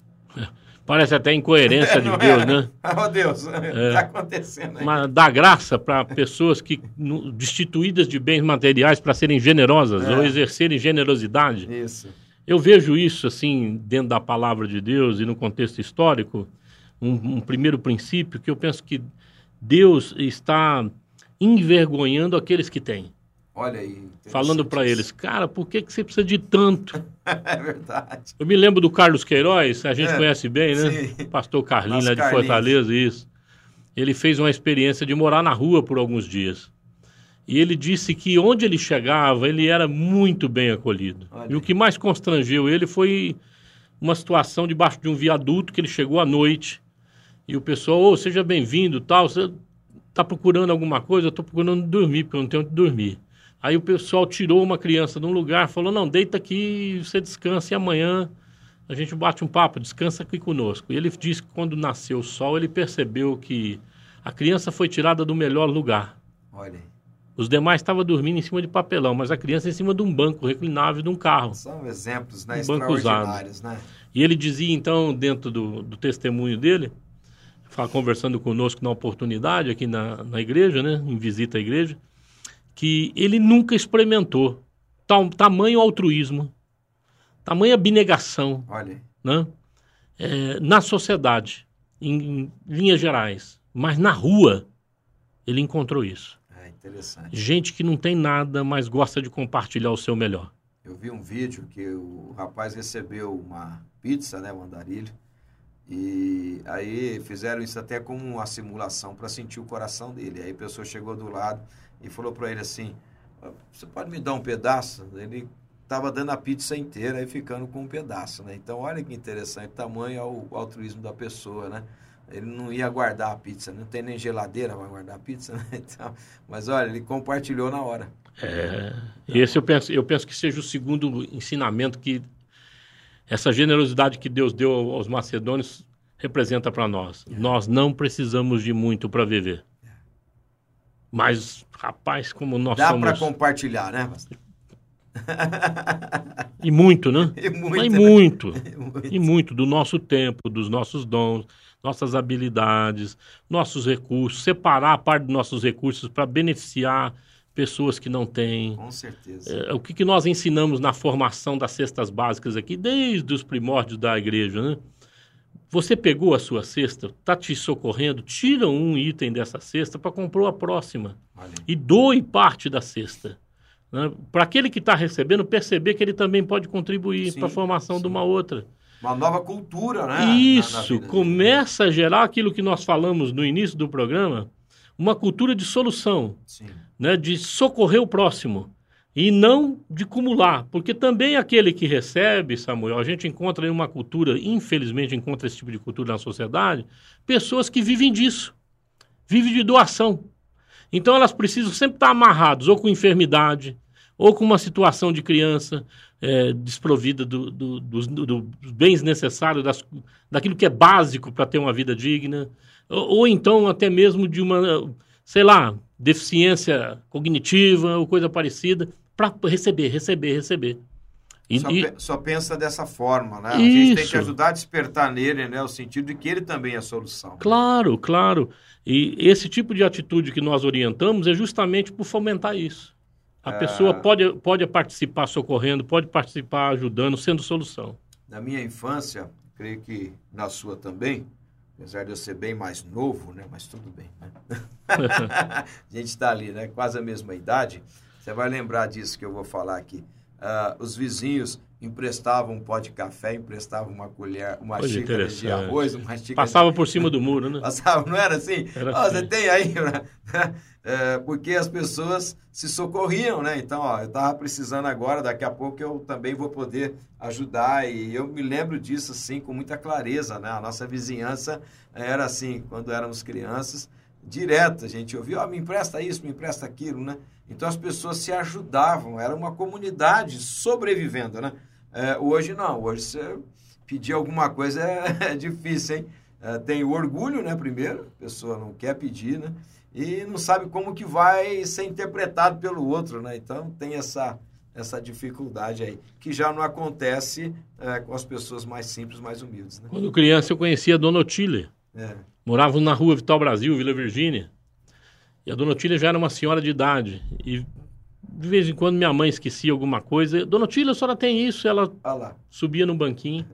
Parece até incoerência de Deus, é? né? Oh, Deus, está é. acontecendo aí. Mas dá graça para pessoas que, no, destituídas de bens materiais, para serem generosas é. ou exercerem generosidade. Isso. Eu vejo isso, assim, dentro da palavra de Deus e no contexto histórico, um, um primeiro princípio que eu penso que Deus está envergonhando aqueles que têm. Olha aí. Falando para eles, cara, por que, que você precisa de tanto? É verdade. Eu me lembro do Carlos Queiroz, a gente é, conhece bem, né? Sim. Pastor Carlinhos, lá de Carlinhos. Fortaleza, isso. Ele fez uma experiência de morar na rua por alguns dias. E ele disse que onde ele chegava, ele era muito bem acolhido. Olha e aí. o que mais constrangeu ele foi uma situação debaixo de um viaduto que ele chegou à noite. E o pessoal, ô, oh, seja bem-vindo, tal, você está procurando alguma coisa? Eu estou procurando dormir, porque eu não tenho onde dormir. Aí o pessoal tirou uma criança de um lugar, falou, não, deita aqui, você descansa e amanhã a gente bate um papo, descansa aqui conosco. E ele disse que quando nasceu o sol, ele percebeu que a criança foi tirada do melhor lugar. Olha aí. Os demais estavam dormindo em cima de papelão, mas a criança em cima de um banco reclinável de um carro. São exemplos, né, um banco extraordinários, usado. né? E ele dizia, então, dentro do, do testemunho dele, conversando conosco na oportunidade aqui na, na igreja, né, em visita à igreja, que ele nunca experimentou tal, tamanho altruísmo, tamanha abnegação, Olha. Né, é, na sociedade, em, em linhas gerais. Mas na rua, ele encontrou isso. É interessante. Gente que não tem nada, mas gosta de compartilhar o seu melhor. Eu vi um vídeo que o rapaz recebeu uma pizza, né, um andarilho, e aí fizeram isso até como uma simulação para sentir o coração dele. Aí a pessoa chegou do lado e falou para ele assim, você pode me dar um pedaço? Ele estava dando a pizza inteira e ficando com um pedaço, né? Então olha que interessante, tamanho ao altruísmo da pessoa, né? Ele não ia guardar a pizza, não tem nem geladeira para guardar a pizza, né? Então, mas olha, ele compartilhou na hora. É, esse eu penso, eu penso que seja o segundo ensinamento que essa generosidade que Deus deu aos macedônios representa para nós. É. Nós não precisamos de muito para viver. É. Mas, rapaz, como nós Dá somos... Dá para compartilhar, né? E muito, né? E muito. Mas muito. E muito. E muito do nosso tempo, dos nossos dons, nossas habilidades, nossos recursos. Separar a parte dos nossos recursos para beneficiar pessoas que não têm. Com certeza. É, o que, que nós ensinamos na formação das cestas básicas aqui, desde os primórdios da igreja, né? Você pegou a sua cesta, está te socorrendo, tira um item dessa cesta para comprar a próxima. Olha. E doe parte da cesta. Né? Para aquele que está recebendo, perceber que ele também pode contribuir para a formação sim. de uma outra. Uma nova cultura, né? Isso, na, na começa dele. A gerar aquilo que nós falamos no início do programa, uma cultura de solução. Sim. Né, de socorrer o próximo e não de acumular, porque também aquele que recebe, Samuel, a gente encontra em uma cultura, infelizmente encontra esse tipo de cultura na sociedade, pessoas que vivem disso, vivem de doação. Então elas precisam sempre estar amarradas, ou com enfermidade, ou com uma situação de criança é, desprovida do, do, dos, do, dos bens necessários, das, daquilo que é básico para ter uma vida digna, ou, ou então até mesmo de uma, sei lá, deficiência cognitiva ou coisa parecida, para receber, receber, receber. E, só, e... pe- só pensa dessa forma, né? A Isso. gente tem que ajudar a despertar nele, né? O sentido de que ele também é a solução. Claro, claro. E esse tipo de atitude que nós orientamos é justamente por fomentar isso. A É... pessoa pode, pode participar socorrendo, pode participar ajudando, sendo solução. Na minha infância, creio que na sua também, apesar de eu ser bem mais novo, né? Mas tudo bem, né? A gente está ali, né? Quase a mesma idade. Você vai lembrar disso que eu vou falar aqui. Uh, os vizinhos emprestavam um pó de café, emprestavam uma colher, uma Coisa xícara de arroz, uma xícara Passava de... por cima do muro, né? Passava, não era assim? Era oh, assim. Você tem aí, né? É, porque as pessoas se socorriam, né? Então, ó, eu estava precisando agora, daqui a pouco eu também vou poder ajudar, e eu me lembro disso, assim, com muita clareza, né? A nossa vizinhança era assim, quando éramos crianças, direto, a gente ouvia, ó, oh, me empresta isso, me empresta aquilo, né? Então, as pessoas se ajudavam, era uma comunidade sobrevivendo, né? É, hoje não, hoje você pedir alguma coisa é, é difícil, hein? É, tem o orgulho, né, primeiro, a pessoa não quer pedir, né? E não sabe como que vai ser interpretado pelo outro, né? Então, tem essa, essa dificuldade aí, que já não acontece é, com as pessoas mais simples, mais humildes, né? Quando criança, eu conhecia a Dona Otília. É. Moravam na rua Vital Brasil, Vila Virgínia. E a Dona Otília já era uma senhora de idade. E de vez em quando minha mãe esquecia alguma coisa. Dona Otília, a senhora tem isso? Ela Ah lá. subia no banquinho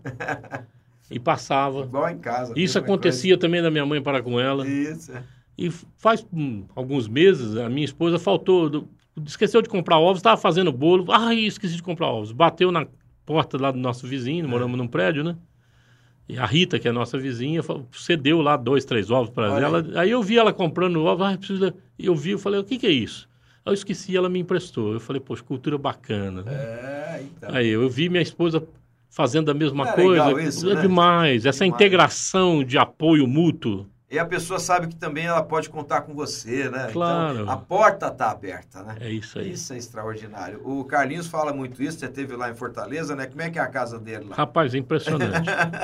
e passava. Igual em casa. Isso acontecia coisa. Também da minha mãe para com ela. Isso. E faz hum, alguns meses, a minha esposa faltou, do, esqueceu de comprar ovos, estava fazendo bolo. Ai, esqueci de comprar ovos. Bateu na porta lá do nosso vizinho, moramos é. num prédio, né? E a Rita, que é a nossa vizinha, cedeu lá dois, três ovos para ela. Aí. aí eu vi ela comprando ovos, ah, preciso... e eu vi, eu falei, o que que é isso? Aí eu esqueci, ela me emprestou. Eu falei, poxa, cultura bacana. É, então. Aí eu vi minha esposa fazendo a mesma é coisa. Legal isso, é né? demais, essa demais. integração de apoio mútuo. E a pessoa sabe que também ela pode contar com você, né? Claro. Então, a porta está aberta, né? É isso aí. Isso é extraordinário. O Carlinhos fala muito isso, você esteve lá em Fortaleza, né? Como é que é a casa dele lá? Rapaz, é impressionante.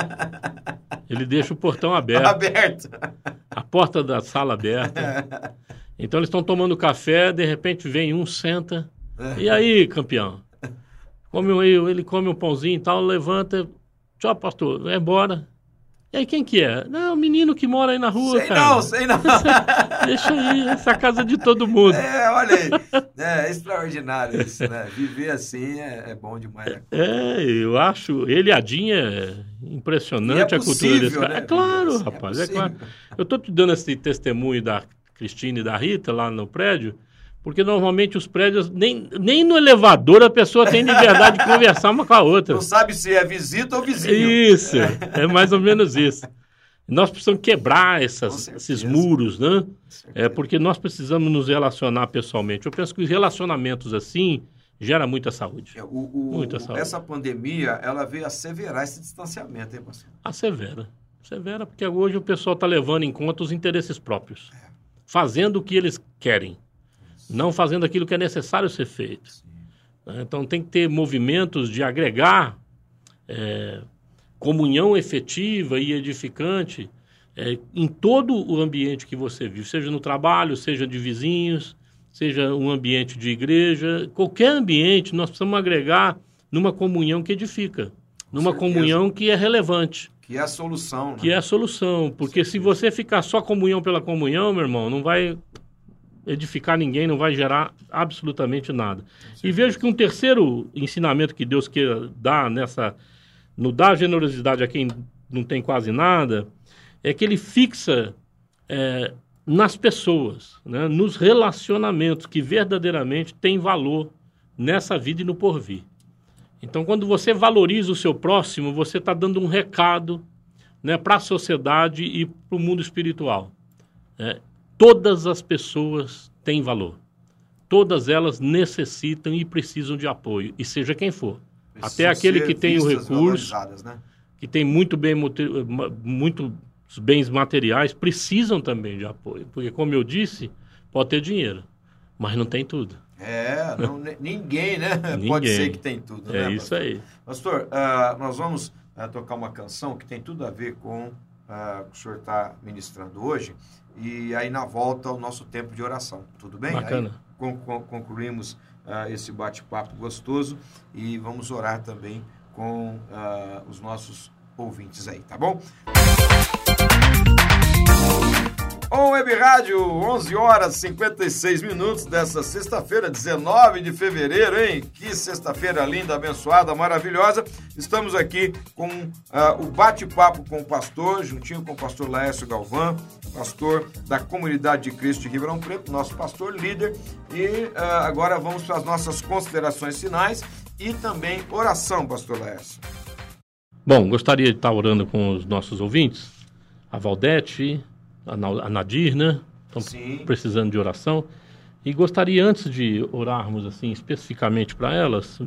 Ele deixa o portão aberto. Aberto. A porta da sala aberta. Então eles estão tomando café, de repente vem um, senta. E aí, campeão? Come um, ele come um pãozinho e tal, levanta. Tchau, pastor, vai embora. E aí, quem que é? Não, o menino que mora aí na rua, sei cara. Não, sei não. Deixa aí, essa casa de todo mundo. É, olha aí. É, é extraordinário isso, né? Viver assim é, é bom demais. Né? É, eu acho. Ele e a Dinha é impressionante é a possível, cultura desse cara. Né? É claro, é rapaz, é claro. Eu tô te dando esse testemunho da Cristina e da Rita lá no prédio, porque normalmente os prédios, nem, nem no elevador a pessoa tem liberdade de conversar uma com a outra. Não sabe se é visita ou vizinho. Isso, é mais ou menos isso. Nós precisamos quebrar essas, esses muros, né? É, porque nós precisamos nos relacionar pessoalmente. Eu penso que os relacionamentos assim geram muita saúde. É, o, o, muita saúde. Essa pandemia, ela veio asseverar esse distanciamento, hein, pastor? Assevera. Assevera, porque hoje o pessoal está levando em conta os interesses próprios. É. Fazendo o que eles querem. Não fazendo aquilo que é necessário ser feito. Sim. Então tem que ter movimentos de agregar é, comunhão efetiva e edificante é, em todo o ambiente que você vive, seja no trabalho, seja de vizinhos, seja um ambiente de igreja, qualquer ambiente nós precisamos agregar numa comunhão que edifica, numa comunhão que é relevante. Que é a solução. Né? Que é a solução, porque se você ficar só comunhão pela comunhão, meu irmão, não vai edificar ninguém, não vai gerar absolutamente nada. E vejo que um terceiro ensinamento que Deus quer dar nessa, no dar generosidade a quem não tem quase nada, é que ele fixa é, nas pessoas, né, nos relacionamentos que verdadeiramente têm valor nessa vida e no porvir. Então, quando você valoriza o seu próximo, você está dando um recado, né, para a sociedade e para o mundo espiritual. Né? Todas as pessoas têm valor. Todas elas necessitam e precisam de apoio, e seja quem for. Precisam até aquele que tem o recurso, né? Que tem muito bem, muitos bens materiais, precisam também de apoio. Porque, como eu disse, pode ter dinheiro, mas não tem tudo. É, não, ninguém, né? Ninguém. Pode ser que tem tudo, é né? É isso aí. Pastor, uh, nós vamos uh, tocar uma canção que tem tudo a ver com uh, que o senhor está ministrando hoje, e aí na volta o nosso tempo de oração. Tudo bem? Bacana. Aí, con- con- concluímos uh, esse bate-papo gostoso e vamos orar também com uh, os nossos ouvintes aí, tá bom? On Web Rádio, onze horas e cinquenta e seis minutos dessa sexta-feira, dezenove de fevereiro, hein? Que sexta-feira linda, abençoada, maravilhosa. Estamos aqui com uh, o bate-papo com o pastor, juntinho com o pastor Laércio Galvão, pastor da Comunidade de Cristo de Ribeirão Preto, nosso pastor líder. E uh, agora vamos para as nossas considerações finais e também oração, pastor Laércio. Bom, gostaria de estar orando com os nossos ouvintes, a Valdete, a Nadir, né? Estão precisando de oração. E gostaria, antes de orarmos assim especificamente para elas,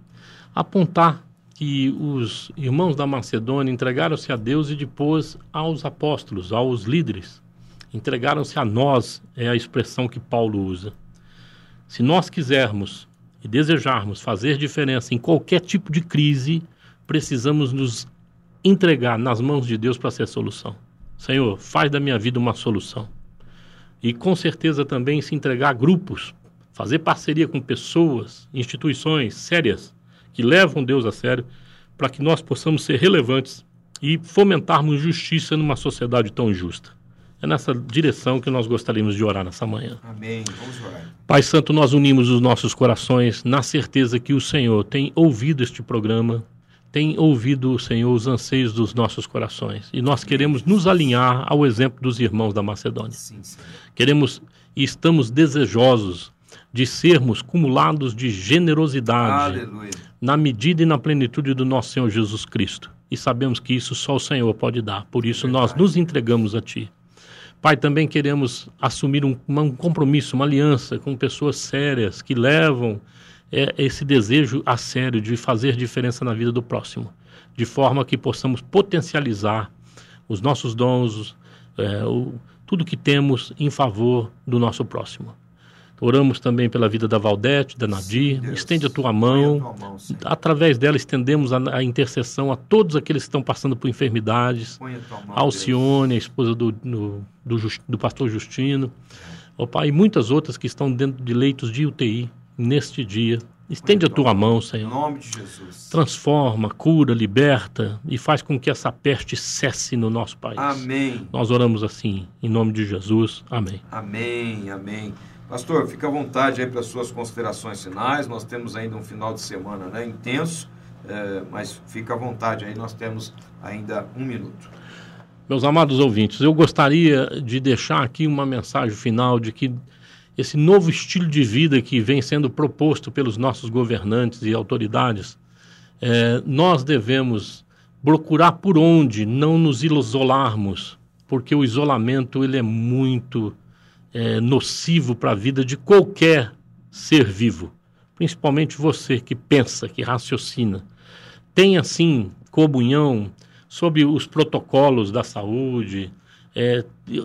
apontar que os irmãos da Macedônia entregaram-se a Deus e depois aos apóstolos, aos líderes. Entregaram-se a nós, é a expressão que Paulo usa. Se nós quisermos e desejarmos fazer diferença em qualquer tipo de crise, precisamos nos entregar nas mãos de Deus para ser a solução. Senhor, faz da minha vida uma solução. E com certeza também se entregar a grupos, fazer parceria com pessoas, instituições sérias, que levam Deus a sério, para que nós possamos ser relevantes e fomentarmos justiça numa sociedade tão injusta. É nessa direção que nós gostaríamos de orar nessa manhã. Amém. Vamos orar. Pai Santo, nós unimos os nossos corações na certeza que o Senhor tem ouvido este programa, tem ouvido, Senhor, os anseios dos nossos corações. E nós queremos nos alinhar ao exemplo dos irmãos da Macedônia. Sim, queremos e estamos desejosos de sermos cumulados de generosidade, aleluia, na medida e na plenitude do nosso Senhor Jesus Cristo. E sabemos que isso só o Senhor pode dar. Por isso nós nos entregamos a Ti. Pai, também queremos assumir um, um compromisso, uma aliança com pessoas sérias que levam é esse desejo a sério de fazer diferença na vida do próximo, de forma que possamos potencializar os nossos dons, é, o, tudo que temos em favor do nosso próximo. Oramos também pela vida da Valdete, da Nadir. Sim, estende a tua mão, a tua mão através dela estendemos a, a intercessão a todos aqueles que estão passando por enfermidades, a Alcione, a esposa do, do, do, do pastor Justino, ó Pai, e muitas outras que estão dentro de leitos de U T I, neste dia. Estende a tua mão, Senhor. Em nome de Jesus. Transforma, cura, liberta e faz com que essa peste cesse no nosso país. Amém. Nós oramos assim, em nome de Jesus. Amém. Amém, amém. Pastor, fica à vontade aí para as suas considerações finais. Nós temos ainda um final de semana, né, intenso, é, mas fica à vontade aí, nós temos ainda um minuto. Meus amados ouvintes, eu gostaria de deixar aqui uma mensagem final de que esse novo estilo de vida que vem sendo proposto pelos nossos governantes e autoridades, é, nós devemos procurar por onde não nos isolarmos, porque o isolamento ele é muito é, nocivo para a vida de qualquer ser vivo, principalmente você que pensa, que raciocina. Tenha, sim, comunhão sobre os protocolos da saúde, é,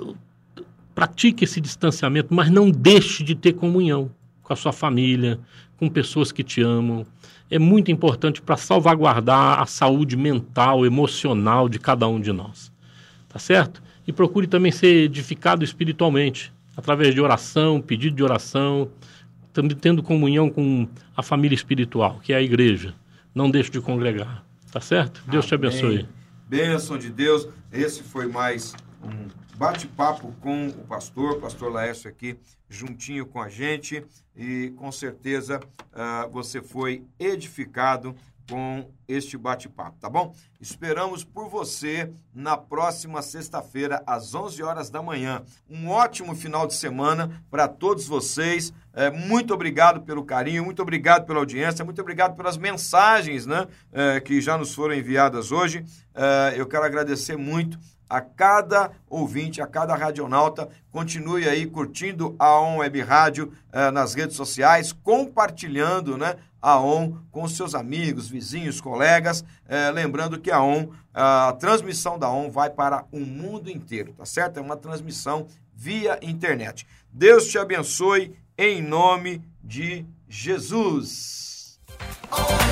pratique esse distanciamento, mas não deixe de ter comunhão com a sua família, com pessoas que te amam. É muito importante para salvaguardar a saúde mental, emocional de cada um de nós. Tá certo? E procure também ser edificado espiritualmente, através de oração, pedido de oração, também tendo comunhão com a família espiritual, que é a igreja. Não deixe de congregar. Tá certo? Deus Amém. Te abençoe. Bênção de Deus. Esse foi mais um bate-papo com o pastor, pastor Laércio aqui juntinho com a gente, e com certeza uh, você foi edificado com este bate-papo, tá bom? Esperamos por você na próxima sexta-feira, às onze horas da manhã. Um ótimo final de semana para todos vocês. É, muito obrigado pelo carinho, muito obrigado pela audiência, muito obrigado pelas mensagens, né, é, que já nos foram enviadas hoje. É, eu quero agradecer muito a cada ouvinte, a cada radionauta. Continue aí curtindo a On Web Rádio eh, nas redes sociais, compartilhando, né, a On com seus amigos, vizinhos, colegas. Eh, lembrando que a On, a transmissão da On vai para o mundo inteiro, tá certo? É uma transmissão via internet. Deus te abençoe em nome de Jesus.